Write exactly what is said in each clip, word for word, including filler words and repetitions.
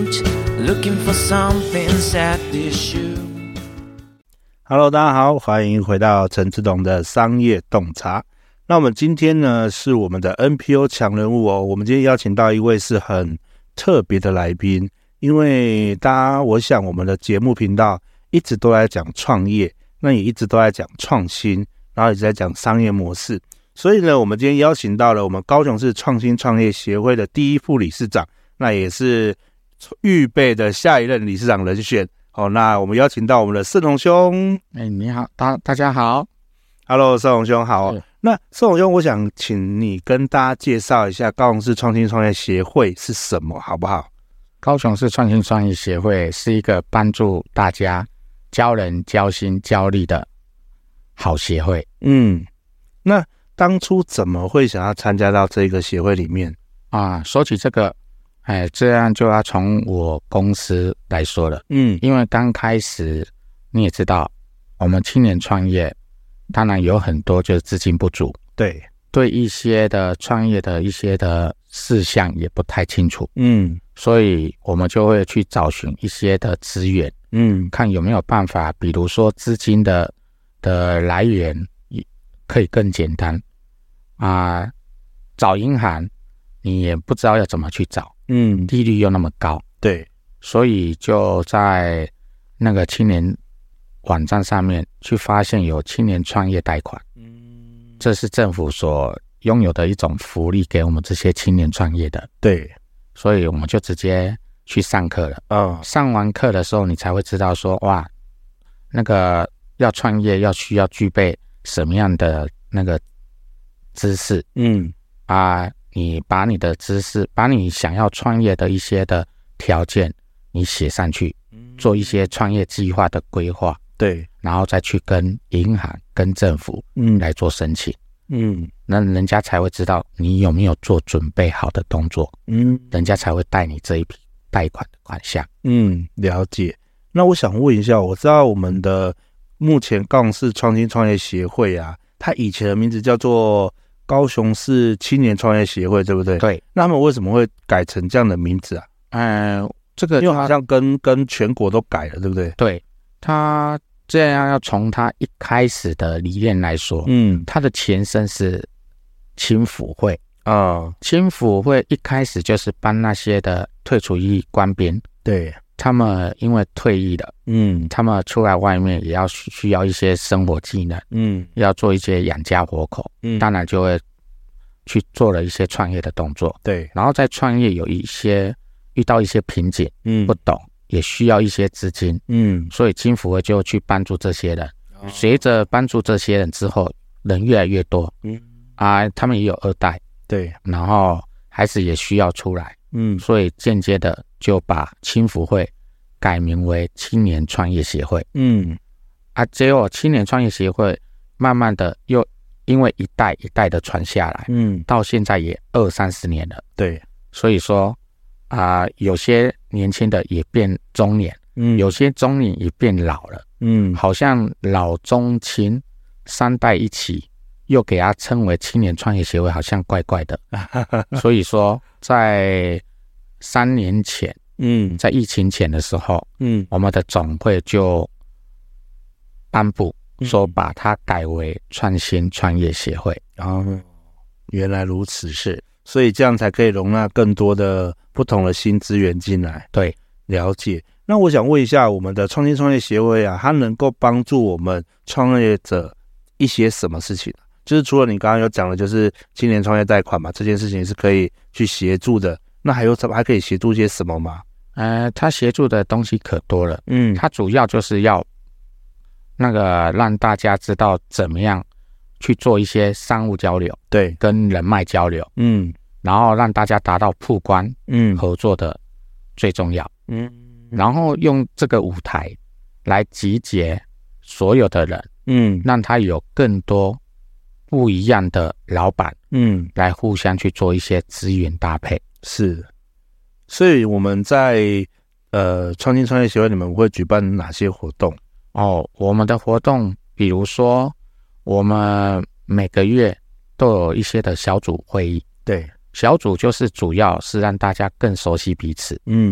out, looking for something sad issue. Hello， 大家好，欢迎回到陈志董的商业洞察。那我们今天呢是我们的 N P O 强人物哦，我们今天邀请到一位是很特别的来宾，因为大家我想我们的节目频道一直都在讲创业，那也一直都在讲创新，然后也在讲商业模式，所以呢我们今天邀请到了我们高雄市创新创业协会的第一副理事长，那也是预备的下一任理事长人选。好，那我们邀请到我们的盛宏兄。 哎，你好，大大家好。 Hello， 盛宏兄好。那盛宏兄，我想请你跟大家介绍一下高雄市创新创业协会是什么，好不好？ 高雄市创新创业协会是一个帮助大家教人、教心、教力的好协会。 嗯，那当初怎么会想要参加到这个协会里面啊？说起这个。哎，这样就要从我公司来说了。嗯，因为刚开始你也知道，我们青年创业，当然有很多就是资金不足， 对， 对一些的创业的一些的事项也不太清楚。嗯，所以我们就会去找寻一些的资源，嗯，看有没有办法，比如说资金的的来源可以更简单啊，找银行你也不知道要怎么去找。嗯，利率又那么高， 对， 所以就在那个青年网站上面去发现有青年创业贷款，嗯，这是政府所拥有的一种福利给我们这些青年创业的， 对， 所以我们就直接去上课了。嗯，上完课的时候，你才会知道说，哇，那个要创业要需要具备什么样的那个知识，嗯啊。你把你的知识，把你想要创业的一些的条件，你写上去，做一些创业计划的规划， 对， 然后再去跟银行、跟政府，嗯，来做申请，嗯，那人家才会知道你有没有做准备好的动作，嗯，人家才会贷你这一笔贷款的款项， 嗯，了解。那我想问一下，我知道我们的目前高雄市创新创业协会啊，它以前的名字叫做高雄市青年创业协会，对不对？ 对。 那他们为什么会改成这样的名字啊？ 嗯、呃，这个因为好像跟跟全国都改了，对不对？ 对，他这样要从他一开始的理念来说，嗯，他的前身是青辅会啊，青辅会一开始就是帮那些的退出役官兵， 对， 他们因为退役了，嗯，他们出来外面也要需要一些生活技能，嗯，要做一些养家活口，嗯，当然就会去做了一些创业的动作， 对， 然后在创业有一些遇到一些瓶颈，嗯，不懂，也需要一些资金，嗯，所以青辅会就去帮助这些人，哦、随着帮助这些人之后，人越来越多，嗯啊，他们也有二代， 对， 然后孩子也需要出来，嗯，所以间接的就把青辅会改名为青年创业协会，嗯，啊，结果青年创业协会慢慢的又因为一代一代的传下来，嗯，到现在也二三十年了， 对， 所以说啊、呃，有些年轻的也变中年，嗯，有些中年也变老了，嗯，好像老中青三代一起，又给它称为青年创业协会，好像怪怪的，所以说在三年前。嗯，在疫情前的时候，嗯，我们的总会就颁布说把它改为创新创业协会。 哦，原来如此，是，所以这样才可以容纳更多的不同的新资源进来。 对， 了解。那我想问一下，我们的创新创业协会啊，它能够帮助我们创业者一些什么事情？就是除了你刚刚有讲的，就是青年创业贷款嘛，这件事情是可以去协助的。那还有什么还可以协助些什么吗？ 呃，他协助的东西可多了，嗯，他主要就是要那个让大家知道怎么样去做一些商务交流， 对， 跟人脉交流，嗯，然后让大家达到曝光，嗯，合作的最重要，嗯，然后用这个舞台来集结所有的人，嗯，让他有更多不一样的老板，嗯，来互相去做一些资源搭配， 是。所以我们在呃创新创业协会，你们会举办哪些活动？ 哦，我们的活动，比如说我们每个月都有一些的小组会议， 对， 小组就是主要是让大家更熟悉彼此，嗯，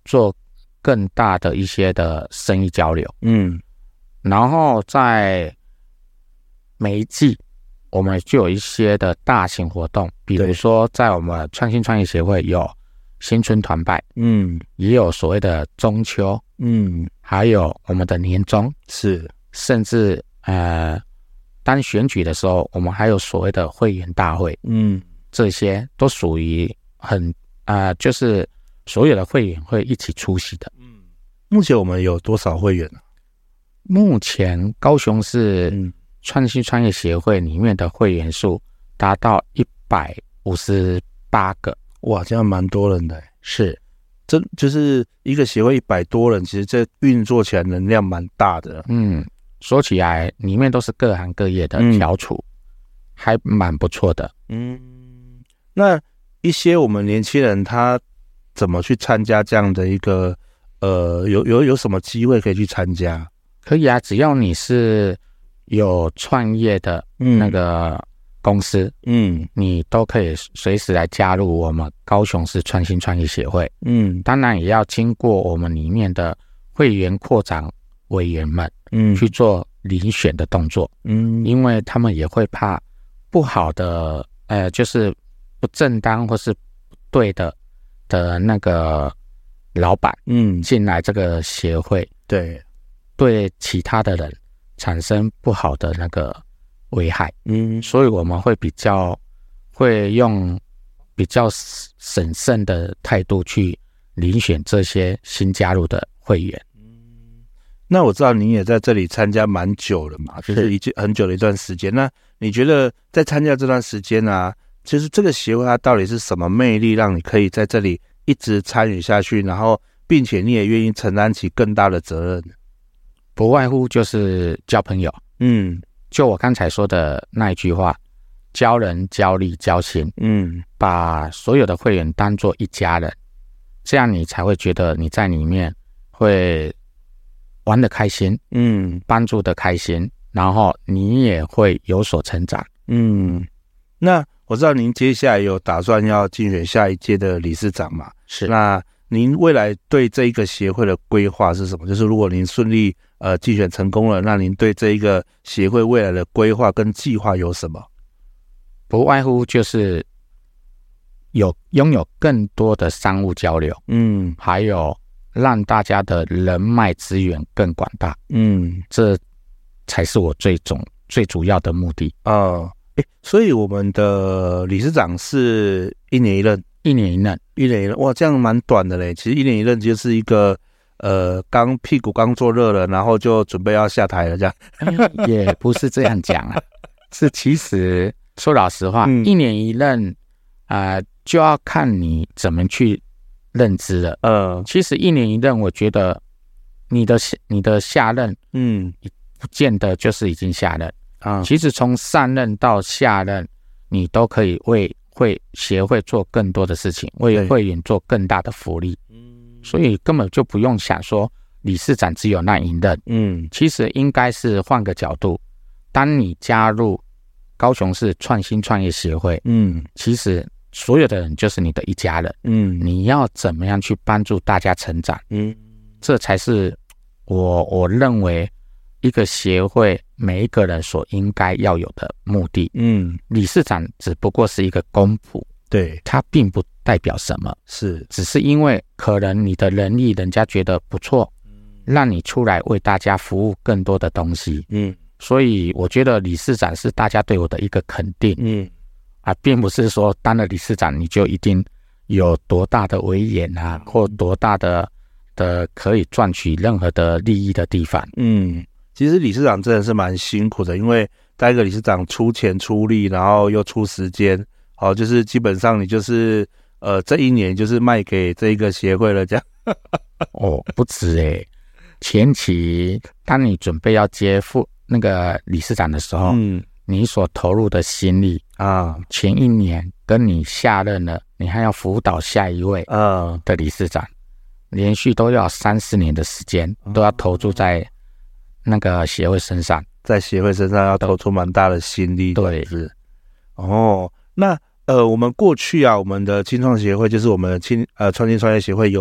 做更大的一些的生意交流。嗯，然后在每一季我们就有一些的大型活动，比如说在我们创新创业协会有新春团拜，嗯，也有所谓的中秋，嗯，还有我们的年终， 是， 甚至呃，当选举的时候，我们还有所谓的会员大会，嗯，这些都属于很呃，就是所有的会员会一起出席的。 嗯，目前我们有多少会员呢？ 目前高雄市创新创业协会里面的会员数达到一百五十八个。 哇，这样蛮多人的。 是， 这就是一个协会一百多人，其实这运作起来能量蛮大的。 嗯，说起来里面都是各行各业的翘楚，嗯，还蛮不错的。 嗯，那一些我们年轻人他怎么去参加这样的一个呃，有有有什么机会可以去参加？ 可以啊，只要你是有创业的那个公司，嗯，你都可以随时来加入我们高雄市创新创业协会，嗯，当然也要经过我们里面的会员扩展委员们，嗯，去做遴选的动作，嗯，因为他们也会怕不好的，呃，就是不正当或是不对的的那个老板，嗯，进来这个协会， 对， 对其他的人产生不好的那个危害，嗯，所以我们会比较会用比较审慎的态度去遴选这些新加入的会员。 嗯，那我知道您也在这里参加蛮久了嘛，就是已经很久的一段时间。那你觉得在参加这段时间啊，就是这个协会它到底是什么魅力，让你可以在这里一直参与下去，然后并且你也愿意承担起更大的责任？ 不外乎就是交朋友，嗯。就我刚才说的那一句话，交人交力交心，嗯，把所有的会员当作一家人，这样你才会觉得你在里面会玩得开心，嗯，帮助得开心，然后你也会有所成长。 嗯，那我知道您接下来有打算要竞选下一届的理事长嘛？ 是。 那您未来对这一个协会的规划是什么？就是如果您顺利呃竞选成功了，那您对这一个协会未来的规划跟计划有什么？ 不外乎就是有拥有更多的商务交流，嗯，还有让大家的人脉资源更广大，嗯，这才是我最总最主要的目的啊。呃所以我们的理事长是一年一任， 一年一任， 一年一任，哇，这样蛮短的嘞。其实一年一任就是一个呃，刚屁股刚坐热了，然后就准备要下台了，这样也不是这样讲啊。是其实说老实话，嗯、一年一任啊、呃，就要看你怎么去认知了。呃，其实一年一任，我觉得你的你的下任，嗯，不见得就是已经下任。啊，其实从上任到下任，你都可以为会协会做更多的事情，为会员做更大的福利。嗯，所以根本就不用想说理事长只有那一任。嗯，其实应该是换个角度，当你加入高雄市创新创业协会，嗯，其实所有的人就是你的一家人。嗯，你要怎么样去帮助大家成长？嗯，这才是我我认为一个协会每一个人所应该要有的目的。嗯，理事长只不过是一个公仆， 对， 他并不代表什么， 是， 只是因为可能你的能力人家觉得不错，让你出来为大家服务更多的东西。嗯，所以我觉得理事长是大家对我的一个肯定。嗯，啊，并不是说当了理事长你就一定有多大的威严啊，或多大的的可以赚取任何的利益的地方。 嗯。其实理事长真的是蛮辛苦的，因为当一个理事长出钱出力，然后又出时间，好、哦，就是基本上你就是呃这一年就是卖给这一个协会了，这样。 哦，不止诶，前期当你准备要接副那个理事长的时候，嗯，你所投入的心力啊，前一年跟你下任了，你还要辅导下一位啊的理事长，连续都要三四年的时间，都要投注在那个协会身上， 在协会身上要投出蛮大的心力。 对， 是。哦，那呃，我们过去啊，我们的青创协会就是我们的青呃创新创业协会有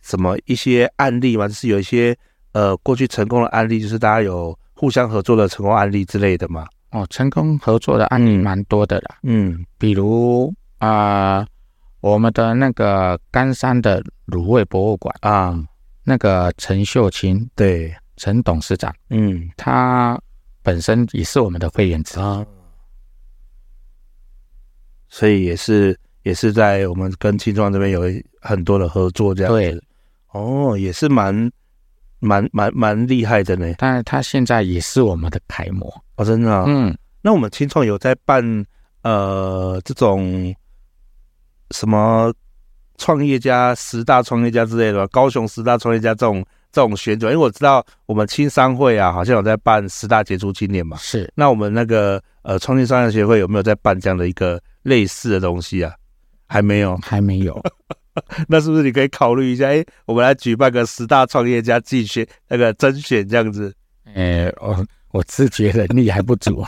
什么一些案例吗？就是有一些呃过去成功的案例，就是大家有互相合作的成功案例之类的吗？ 哦，成功合作的案例蛮多的啦。嗯，比如啊、呃，我们的那个冈山的卤味博物馆啊，那个陈秀清， 对， 陈董事长，嗯，他本身也是我们的会员之一、啊， 所以也是也是在我们跟青创这边有很多的合作这样子。 对， 哦，也是蛮蛮蛮蛮厉害的呢。 但是他现在也是我们的楷模。 哦，真的、啊，嗯，那我们青创有在办呃这种什么创业家十大创业家之类的，高雄十大创业家这种这种选举，因为我知道我们青商会啊，好像有在办十大杰出青年嘛。 是， 那我们那个呃创新商业协会有没有在办这样的一个类似的东西啊？还没有， 还没有。 那是不是你可以考虑一下？哎，我们来举办个十大创业家竞选那个甄选这样子？ 哎，哦。我自觉能力还不足，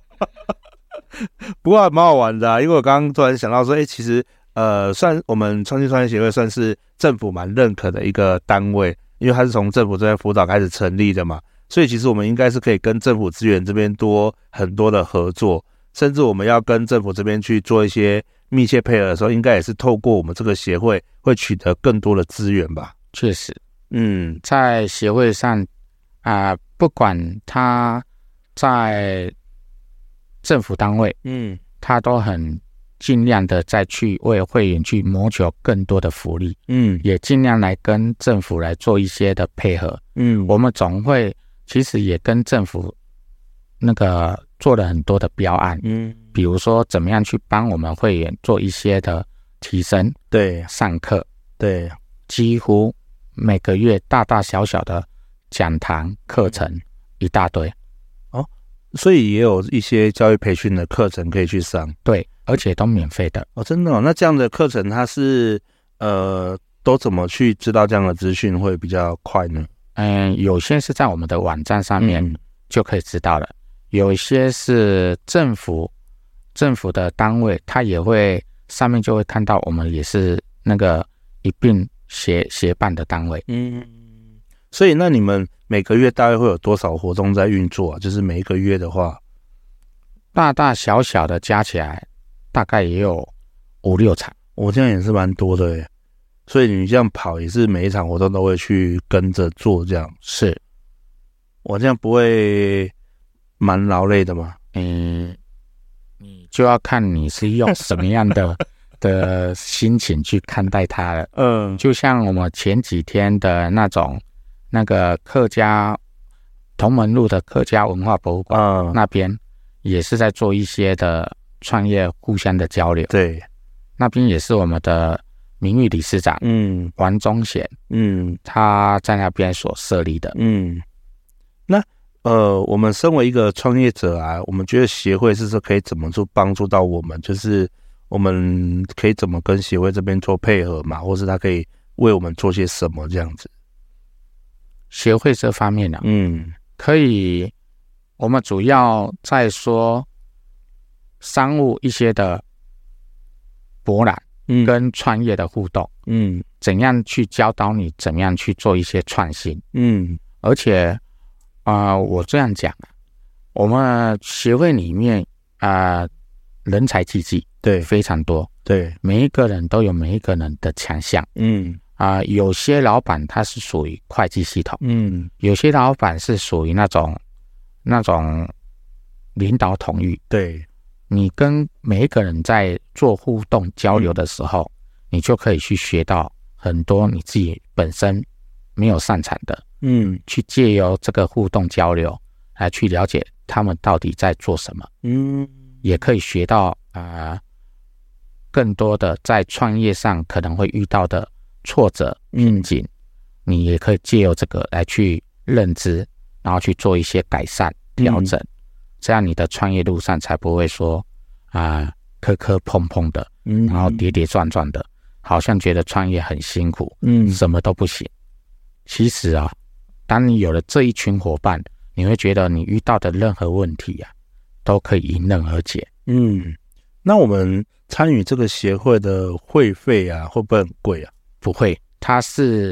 不过还蛮好玩的啊！因为我刚刚突然想到说，哎，其实呃，算我们创新创业协会算是政府蛮认可的一个单位，因为它是从政府这边辅导开始成立的嘛，所以其实我们应该是可以跟政府资源这边多很多的合作，甚至我们要跟政府这边去做一些密切配合的时候，应该也是透过我们这个协会会取得更多的资源吧？ 确实，嗯，在协会上。啊、呃，不管他在政府单位，嗯，他都很尽量的再去为会员去谋求更多的福利，嗯，也尽量来跟政府来做一些的配合，嗯，我们总会其实也跟政府那个做了很多的标案，嗯，比如说怎么样去帮我们会员做一些的提升， 对， 上课， 对， 几乎每个月大大小小的讲堂课程一大堆哦，所以也有一些教育培训的课程可以去上， 对，而且都免费的哦，真的哦。那这样的课程它是呃都怎么去知道这样的资讯会比较快呢？ 嗯，有些是在我们的网站上面就可以知道了，嗯、有一些是政府政府的单位，它也会上面就会看到我们也是那个一并协协办的单位， 嗯。所以那你们每个月大概会有多少活动在运作啊？就是每一个月的话， 大大小小的加起来大概也有五六场， 我、哦、这样也是蛮多的耶。所以你这样跑也是每一场活动都会去跟着做，这样是。 我这样不会蛮劳累的吗？ 嗯，你就要看你是用什么样的的心情去看待它了。嗯，就像我们前几天的那种。那个客家同门路的客家文化博物馆、嗯、那边也是在做一些的创业互相的交流。 对， 那边也是我们的名誉理事长，嗯，王宗贤，嗯，他在那边所设立的。 嗯，那呃，我们身为一个创业者啊，我们觉得协会是说可以怎么做帮助到我们？就是我们可以怎么跟协会这边做配合嘛，或是他可以为我们做些什么这样子？ 协会这方面呢、啊，嗯，可以，我们主要在说商务一些的博览，嗯，跟创业的互动，嗯，怎样去教导你，怎么样去做一些创新，嗯，而且啊、呃，我这样讲，我们协会里面啊、呃，人才济济， 对， 非常多， 对， 每一个人都有每一个人的强项，嗯。啊、呃，有些老板他是属于会计系统，嗯，有些老板是属于那种那种领导统御， 对， 你跟每一个人在做互动交流的时候，嗯、你就可以去学到很多你自己本身没有擅长的，嗯，去借由这个互动交流来去了解他们到底在做什么，嗯，也可以学到啊、呃、更多的在创业上可能会遇到的挫折瓶颈、嗯，你也可以借由这个来去认知，然后去做一些改善调整、嗯、这样你的创业路上才不会说啊磕磕碰碰的、嗯、然后跌跌撞撞的，好像觉得创业很辛苦，嗯，什么都不行。其实啊，当你有了这一群伙伴，你会觉得你遇到的任何问题啊都可以迎刃而解。 嗯，那我们参与这个协会的会费啊会不会很贵啊？ 不会，它是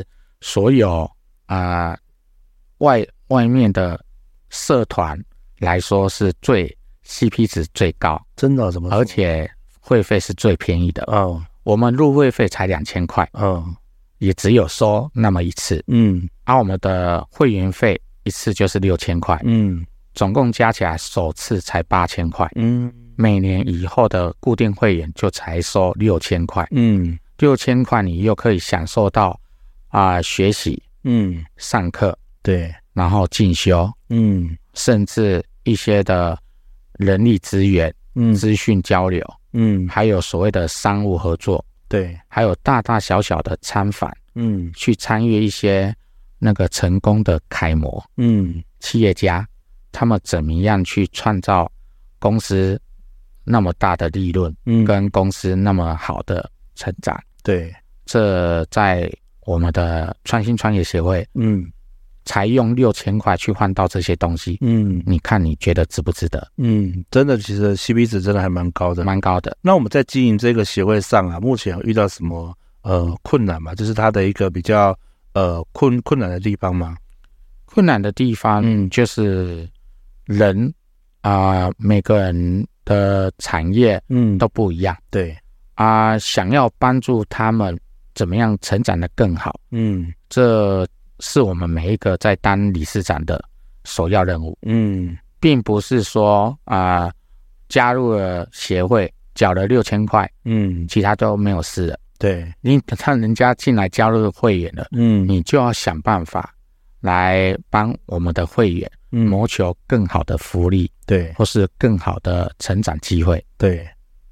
所有啊、呃、外外面的社团来说是最 C P 值最高， 真的？怎么说？ 而且会费是最便宜的哦。 我们入会费才两千块， 哦， 也只有收那么一次。 嗯， 而、啊、我们的会员费一次就是六千块， 嗯， 总共加起来首次才八千块， 嗯， 每年以后的固定会员就才收六千块， 嗯， 六千块你又可以享受到啊、呃、学习， 嗯， 上课， 对， 然后进修， 嗯， 甚至一些的人力资源、 嗯， 资讯交流， 嗯， 还有所谓的商务合作， 对， 还有大大小小的参访， 嗯， 去参与一些那个成功的楷模， 嗯， 企业家他们怎么样去创造公司那么大的利润，嗯，跟公司那么好的成长， 对， 这在我们的创新创业协会， 嗯， 才用六千块去换到这些东西，嗯，你看你觉得值不值得？ 嗯，真的，其实 C P 值真的还蛮高的， 蛮高的。 那我们在经营这个协会上啊，目前有遇到什么呃困难吗？就是它的一个比较呃困困难的地方吗？ 困难的地方，嗯，就是人啊、呃，每个人的产业嗯都不一样， 对啊、呃，想要帮助他们怎么样成长得更好，嗯，这是我们每一个在当理事长的首要任务，嗯，并不是说啊、呃、加入了协会缴了六千块，嗯，其他都没有事了， 对， 你看人家进来加入会员了，嗯，你就要想办法来帮我们的会员谋求更好的福利，对，或是更好的成长机会， 对。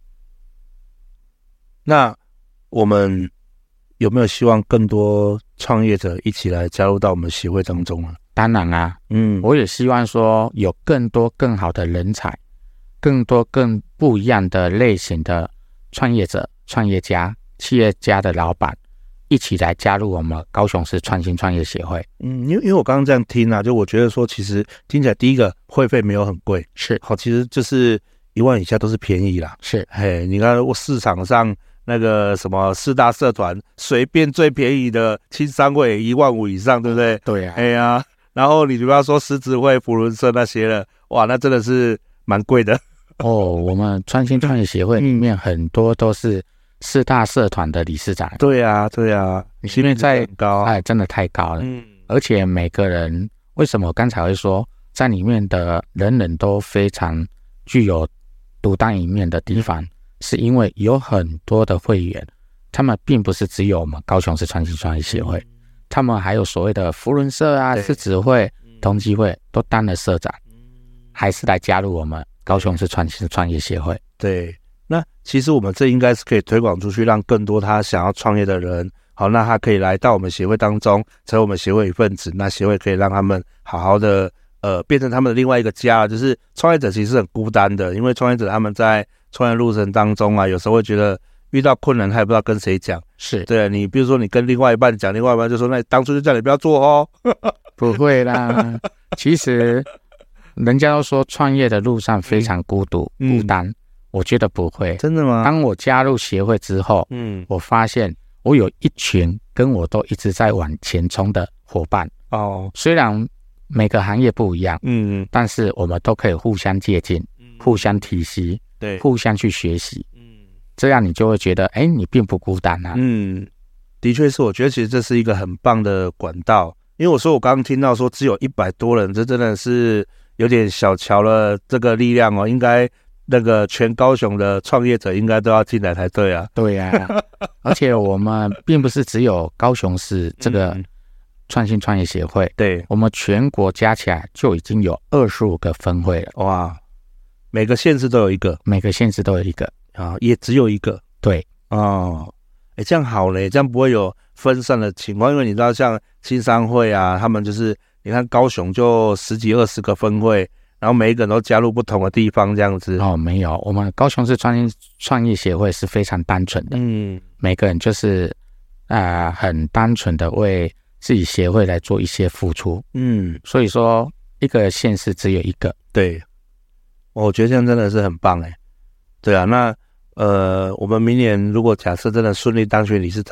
那我们有没有希望更多创业者一起来加入到我们协会当中呢？ 当然啊，嗯，我也希望说有更多更好的人才，更多更不一样的类型的创业者、创业家、企业家的老板一起来加入我们高雄市创新创业协会。 嗯，因为因为我刚刚这样听啊，就我觉得说，其实听起来第一个会费没有很贵， 是好，其实就是一万以下都是便宜啦。 是， 嘿，你看我市场上那个什么四大社团，随便最便宜的青商会一万五以上，对不对？ 对啊， 哎呀、啊，然后你不要说狮子会、福伦社那些了，哇，那真的是蛮贵的。 哦，我们创新创业协会里面很多都是四大社团的理事长。 对啊，对啊， 因为在高， 哎，真的太高了。嗯，而且每个人，为什么我刚才会说，在里面的人人都非常具有独当一面的地方，是因为有很多的会员，他们并不是只有我们高雄市创新创业协会，嗯、他们还有所谓的福伦社啊、狮子会、同济会都当了社长，还是来加入我们高雄市创新创业协会。 对。那其实我们这应该是可以推广出去，让更多他想要创业的人，好，那他可以来到我们协会当中，成为我们协会一份子。那协会可以让他们好好的，呃，变成他们的另外一个家。就是创业者其实很孤单的，因为创业者他们在创业路程当中啊，有时候会觉得遇到困难，他也不知道跟谁讲。 是对你，比如说你跟另外一半讲，另外一半就说，那你当初就叫你不要做哦。 不会啦，其实人家都说创业的路上非常孤独、嗯、孤单。我觉得不会， 真的吗？ 当我加入协会之后，嗯，我发现我有一群跟我都一直在往前冲的伙伴哦。虽然每个行业不一样，嗯，但是我们都可以互相借鉴、嗯、互相提携，对，互相去学习，嗯，这样你就会觉得，哎，你并不孤单啊。 嗯，的确是，我觉得其实这是一个很棒的管道，因为我说我刚刚听到说只有一百多人，这真的是有点小瞧了这个力量哦，应该。那个全高雄的创业者应该都要进来才对啊。 对啊，而且我们并不是只有高雄市这个创新创业协会，嗯、对，我们全国加起来就已经有二十五个分会了。 哇，每个县市都有一个， 每个县市都有一个啊，也只有一个。 对哦，哎，这样好嘞，这样不会有分散的情况，因为你知道像青商会啊，他们就是你看高雄就十几二十个分会。然后每一个人都加入不同的地方，这样子哦，没有，我们高雄市创新创业协会是非常单纯的，嗯，每个人就是啊、呃，很单纯的为自己协会来做一些付出，嗯，所以说一个县市只有一个， 对，我觉得这样真的是很棒哎，对啊，那呃，我们明年如果假设真的顺利当选理事长，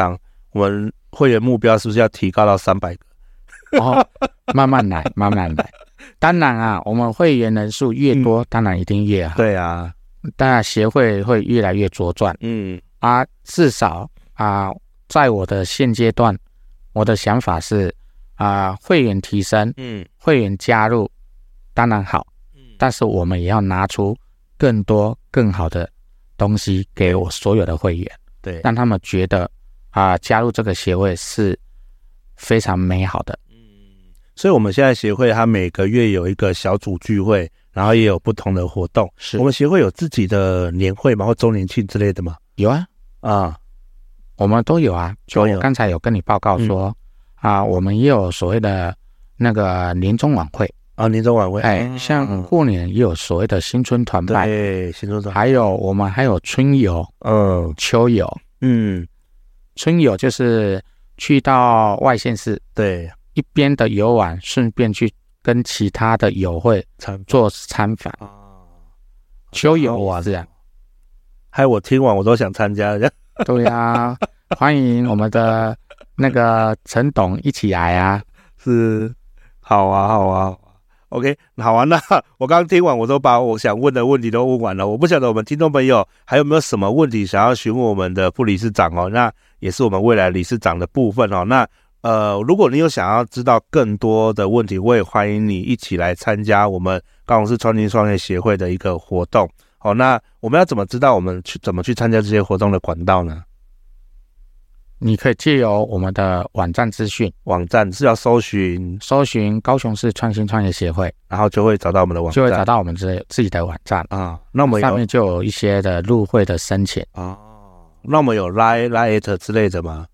我们会员目标是不是要提高到三百个？ 哦，慢慢来，慢慢来。当然啊，我们会员人数越多，嗯、当然一定越好。 对啊， 当然协会会越来越茁壮。嗯啊，至少啊，在我的现阶段，我的想法是啊，会员提升，嗯，会员加入，当然好，嗯，但是我们也要拿出更多更好的东西给我所有的会员， 对， 让他们觉得啊，加入这个协会是非常美好的。 所以我们现在协会它每个月有一个小组聚会，然后也有不同的活动。 是我们协会有自己的年会吗？或周年庆之类的吗？ 有啊， 啊， 我们都有啊。就我刚才有跟你报告说、嗯、啊，我们也有所谓的那个年终晚会啊，年终晚会。 哎、嗯，像过年也有所谓的新春团拜， 对，新春团拜。 还有我们还有春游，嗯，秋游，嗯，春游就是去到外县市， 对。 一边的游玩，顺便去跟其他的友会做参访。秋游啊，这样。 害我听完我都想参加。 对啊，欢迎我们的那个陈董一起来啊！ 是，好啊，好啊。OK， 好啊。那我刚刚听完，我都把我想问的问题都问完了。我不晓得我们听众朋友还有没有什么问题想要询问我们的副理事长哦？那也是我们未来理事长的部分哦。那呃，如果你有想要知道更多的问题，我也欢迎你一起来参加我们高雄市创新创业协会的一个活动。好，那我们要怎么知道我们去怎么去参加这些活动的管道呢？ 你可以借由我们的网站资讯， 网站是要搜寻搜寻高雄市创新创业协会， 然后就会找到我们的网站， 就会找到我们自自己的网站啊。那我们上面就有一些的入会的申请哦。那我们有 Line Line 之类的吗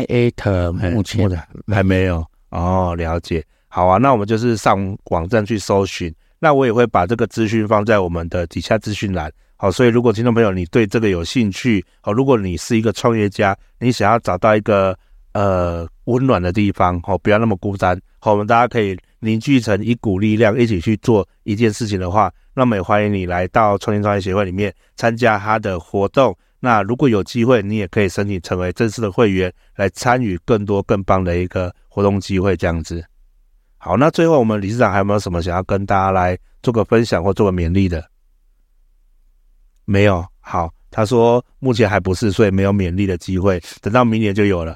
？Line 目前还没有哦，了解。好啊，那我们就是上网站去搜寻，那我也会把这个资讯放在我们的底下资讯栏。好，所以如果听众朋友你对这个有兴趣，好，如果你是一个创业家，你想要找到一个呃温暖的地方，好，不要那么孤单，好，我们大家可以凝聚成一股力量，一起去做一件事情的话，那么也欢迎你来到创新创业协会里面参加他的活动。那如果有机会，你也可以申请成为正式的会员，来参与更多更棒的一个活动机会，这样子。好，那最后我们理事长还有没有什么想要跟大家来做个分享或做个勉励的？没有。好，他说目前还不是，所以没有勉励的机会，等到明年就有了。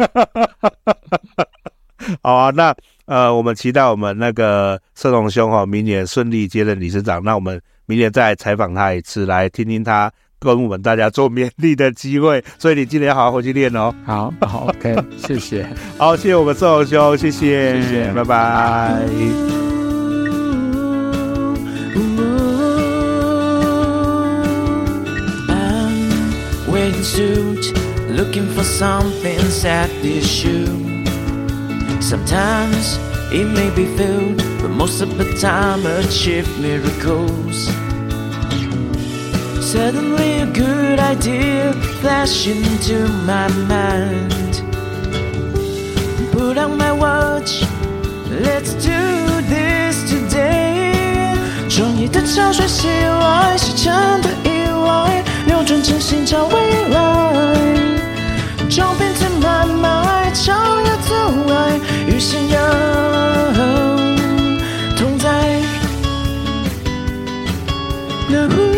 好啊，那呃，我们期待我们那个社同兄哈、哦，明年顺利接任理事长。那我们明年再来采访他一次，来听听他跟我们大家做勉励的机会，所以你今年要好好回去练哦。 好，好 ，OK， 谢谢。 好，谢谢我们社同兄，谢谢， 谢谢， 拜拜。 Wearing suit, looking for something's at this shoe. Sometimes it may be filled, but most of the time achieve miracles. Suddenly a good idea flashed into my mind. Put on my watch, let's do this today. 创业的潮水袭来，西沉的意外，扭转真心找未来。照片填满满，常有阻碍，与信仰同在。